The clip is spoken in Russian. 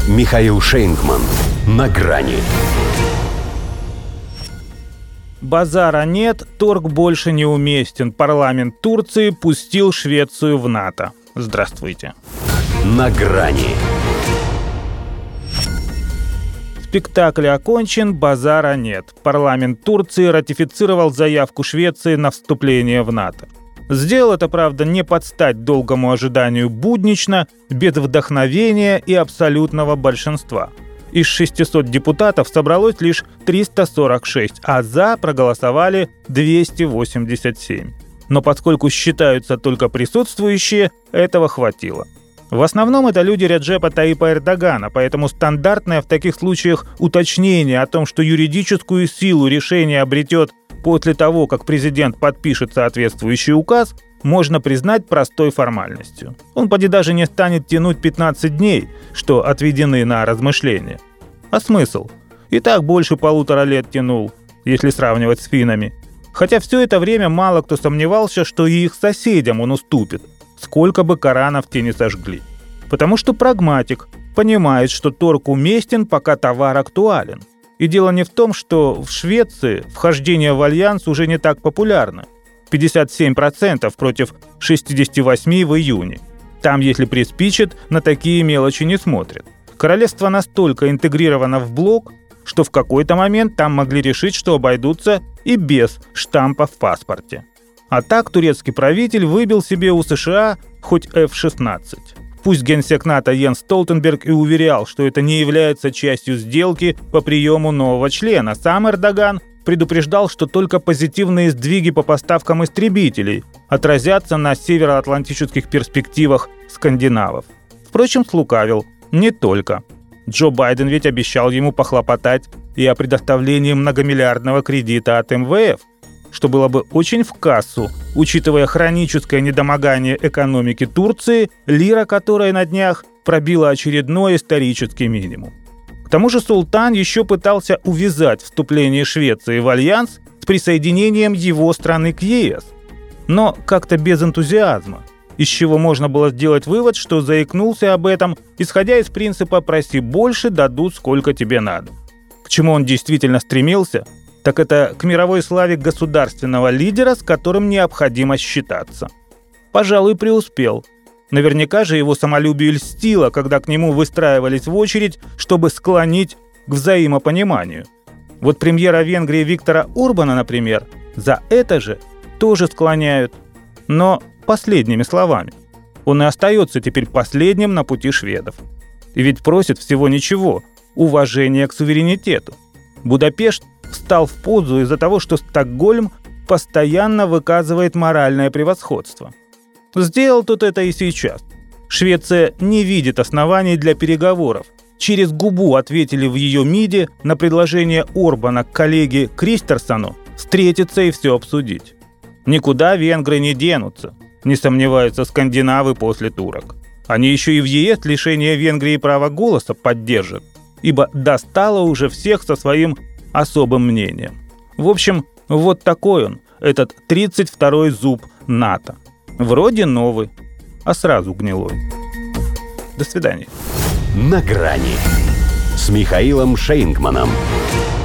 Михаил Шейнгман. На грани. Базара нет, торг больше неуместен. Парламент Турции пустил Швецию в НАТО. Здравствуйте. На грани. Спектакль окончен, базара нет. Парламент Турции ратифицировал заявку Швеции на вступление в НАТО. Сделал это, правда, не под стать долгому ожиданию буднично, без вдохновения и абсолютного большинства. Из 600 депутатов собралось лишь 346, а «за» проголосовали 287. Но поскольку считаются только присутствующие, этого хватило. В основном это люди Реджепа Таипа Эрдогана, поэтому стандартное в таких случаях уточнение о том, что юридическую силу решения обретет после того, как президент подпишет соответствующий указ, можно признать простой формальностью. Он поди даже не станет тянуть 15 дней, что отведены на размышления. А смысл? И так больше 1,5 лет тянул, если сравнивать с финнами. Хотя все это время мало кто сомневался, что и их соседям он уступит, сколько бы Коранов те не сожгли. Потому что прагматик понимает, что торг уместен, пока товар актуален. И дело не в том, что в Швеции вхождение в альянс уже не так популярно. 57% против 68% в июне. Там, если приспичит, на такие мелочи не смотрят. Королевство настолько интегрировано в блок, что в какой-то момент там могли решить, что обойдутся и без штампа в паспорте. А так турецкий правитель выбил себе у США хоть F-16. Пусть генсек НАТО Йенс Столтенберг и уверял, что это не является частью сделки по приему нового члена, сам Эрдоган предупреждал, что только позитивные сдвиги по поставкам истребителей отразятся на североатлантических перспективах скандинавов. Впрочем, слукавил не только. Джо Байден ведь обещал ему похлопотать и о предоставлении многомиллиардного кредита от МВФ, что было бы очень в кассу, учитывая хроническое недомогание экономики Турции, лира которой на днях пробила очередной исторический минимум. К тому же султан еще пытался увязать вступление Швеции в альянс с присоединением его страны к ЕС. Но как-то без энтузиазма, из чего можно было сделать вывод, что заикнулся об этом, исходя из принципа «проси больше, дадут сколько тебе надо». К чему он действительно стремился – так это к мировой славе государственного лидера, с которым необходимо считаться. Пожалуй, преуспел. Наверняка же его самолюбие льстило, когда к нему выстраивались в очередь, чтобы склонить к взаимопониманию. Вот премьера Венгрии Виктора Орбана, например, за это же тоже склоняют, но последними словами. Он и остается теперь последним на пути шведов. И ведь просит всего ничего – уважения к суверенитету. Будапешт встал в позу из-за того, что Стокгольм постоянно выказывает моральное превосходство. Сделал тут это и сейчас. Швеция не видит оснований для переговоров. Через губу ответили в ее МИДе на предложение Орбана к коллеге Кристерсону встретиться и все обсудить. Никуда венгры не денутся, не сомневаются скандинавы после турок. Они еще и в ЕС лишение Венгрии права голоса поддержат, ибо достало уже всех со своим особым мнением. В общем, вот такой он, этот 32-й зуб НАТО. Вроде новый, а сразу гнилой. До свидания. На грани с Михаилом Шейнгманом.